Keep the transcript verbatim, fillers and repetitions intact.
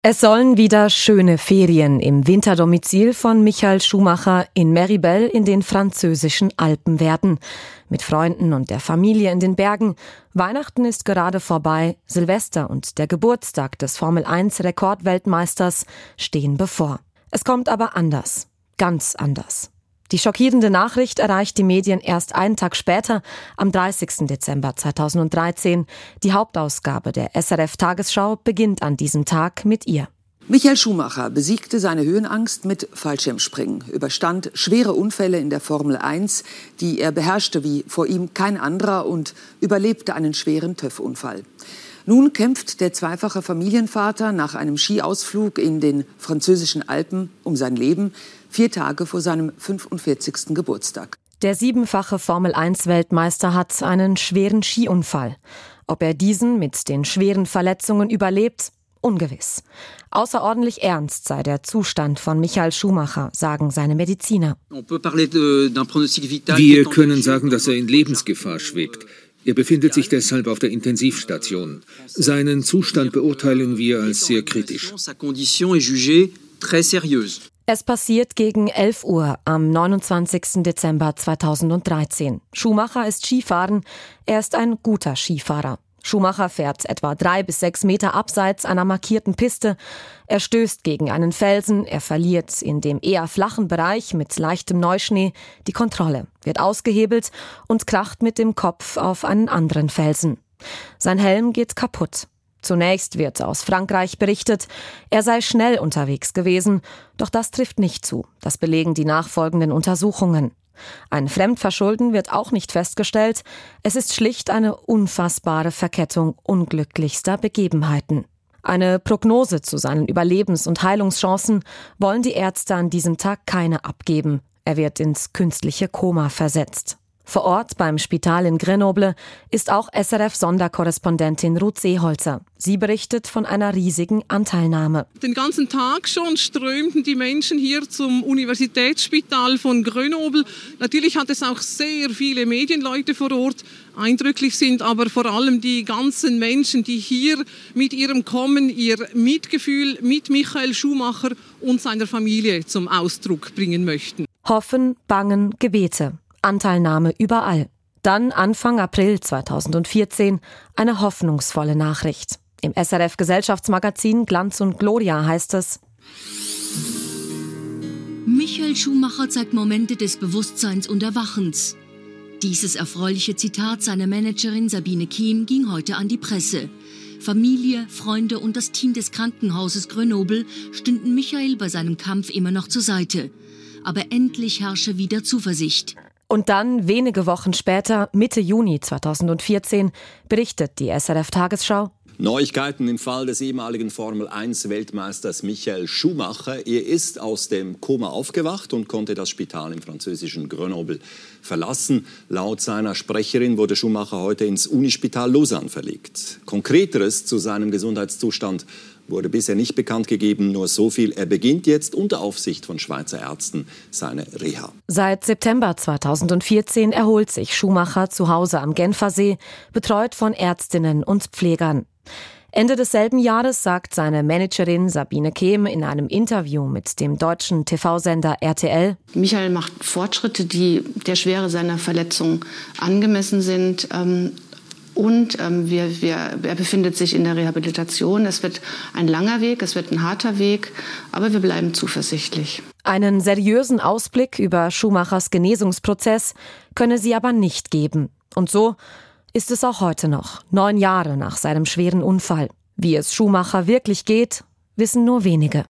Es sollen wieder schöne Ferien im Winterdomizil von Michael Schumacher in Méribel in den französischen Alpen werden. Mit Freunden und der Familie in den Bergen. Weihnachten ist gerade vorbei, Silvester und der Geburtstag des Formel eins Rekordweltmeisters stehen bevor. Es kommt aber anders, ganz anders. Die schockierende Nachricht erreicht die Medien erst einen Tag später, am dreißigsten Dezember zweitausenddreizehn. Die Hauptausgabe der S R F-Tagesschau beginnt an diesem Tag mit ihr. Michael Schumacher besiegte seine Höhenangst mit Fallschirmspringen, überstand schwere Unfälle in der Formel eins, die er beherrschte wie vor ihm kein anderer, und überlebte einen schweren TÜV-Unfall. Nun kämpft der zweifache Familienvater nach einem Skiausflug in den französischen Alpen um sein Leben, vier Tage vor seinem fünfundvierzigsten Geburtstag. Der siebenfache Formel eins Weltmeister hat einen schweren Skiunfall. Ob er diesen mit den schweren Verletzungen überlebt, ungewiss. Außerordentlich ernst sei der Zustand von Michael Schumacher, sagen seine Mediziner. Wir können sagen, dass er in Lebensgefahr schwebt. Er befindet sich deshalb auf der Intensivstation. Seinen Zustand beurteilen wir als sehr kritisch. Es passiert gegen elf Uhr am neunundzwanzigsten Dezember zweitausenddreizehn. Schumacher ist Skifahren, er ist ein guter Skifahrer. Schumacher fährt etwa drei bis sechs Meter abseits einer markierten Piste. Er stößt gegen einen Felsen, er verliert in dem eher flachen Bereich mit leichtem Neuschnee die Kontrolle, wird ausgehebelt und kracht mit dem Kopf auf einen anderen Felsen. Sein Helm geht kaputt. Zunächst wird aus Frankreich berichtet, er sei schnell unterwegs gewesen, doch das trifft nicht zu. Das belegen die nachfolgenden Untersuchungen. Ein Fremdverschulden wird auch nicht festgestellt. Es ist schlicht eine unfassbare Verkettung unglücklichster Begebenheiten. Eine Prognose zu seinen Überlebens- und Heilungschancen wollen die Ärzte an diesem Tag keine abgeben. Er wird ins künstliche Koma versetzt. Vor Ort beim Spital in Grenoble ist auch S R F-Sonderkorrespondentin Ruth Seeholzer. Sie berichtet von einer riesigen Anteilnahme. Den ganzen Tag schon strömten die Menschen hier zum Universitätsspital von Grenoble. Natürlich hat es auch sehr viele Medienleute vor Ort. Eindrücklich sind aber vor allem die ganzen Menschen, die hier mit ihrem Kommen ihr Mitgefühl mit Michael Schumacher und seiner Familie zum Ausdruck bringen möchten. Hoffen, Bangen, Gebete. Anteilnahme überall. Dann Anfang April zweitausendvierzehn eine hoffnungsvolle Nachricht. Im S R F-Gesellschaftsmagazin Glanz und Gloria heißt es: Michael Schumacher zeigt Momente des Bewusstseins und Erwachens. Dieses erfreuliche Zitat seiner Managerin Sabine Kehm ging heute an die Presse. Familie, Freunde und das Team des Krankenhauses Grenoble stünden Michael bei seinem Kampf immer noch zur Seite. Aber endlich herrsche wieder Zuversicht. Und dann, wenige Wochen später, Mitte Juni zweitausendvierzehn, berichtet die S R F-Tagesschau: Neuigkeiten im Fall des ehemaligen Formel eins Weltmeisters Michael Schumacher. Er ist aus dem Koma aufgewacht und konnte das Spital im französischen Grenoble verlassen. Laut seiner Sprecherin wurde Schumacher heute ins Unispital Lausanne verlegt. Konkreteres zu seinem Gesundheitszustand wurde bisher nicht bekannt gegeben, nur so viel: Er beginnt jetzt unter Aufsicht von Schweizer Ärzten seine Reha. Seit September zweitausendvierzehn erholt sich Schumacher zu Hause am Genfersee, betreut von Ärztinnen und Pflegern. Ende desselben Jahres sagt seine Managerin Sabine Kehm in einem Interview mit dem deutschen T V-Sender R T L: Michael macht Fortschritte, die der Schwere seiner Verletzung angemessen sind. Ähm Und ähm, wir, wir, er befindet sich in der Rehabilitation. Es wird ein langer Weg, es wird ein harter Weg, aber wir bleiben zuversichtlich. Einen seriösen Ausblick über Schumachers Genesungsprozess könne sie aber nicht geben. Und so ist es auch heute noch, neun Jahre nach seinem schweren Unfall. Wie es Schumacher wirklich geht, wissen nur wenige.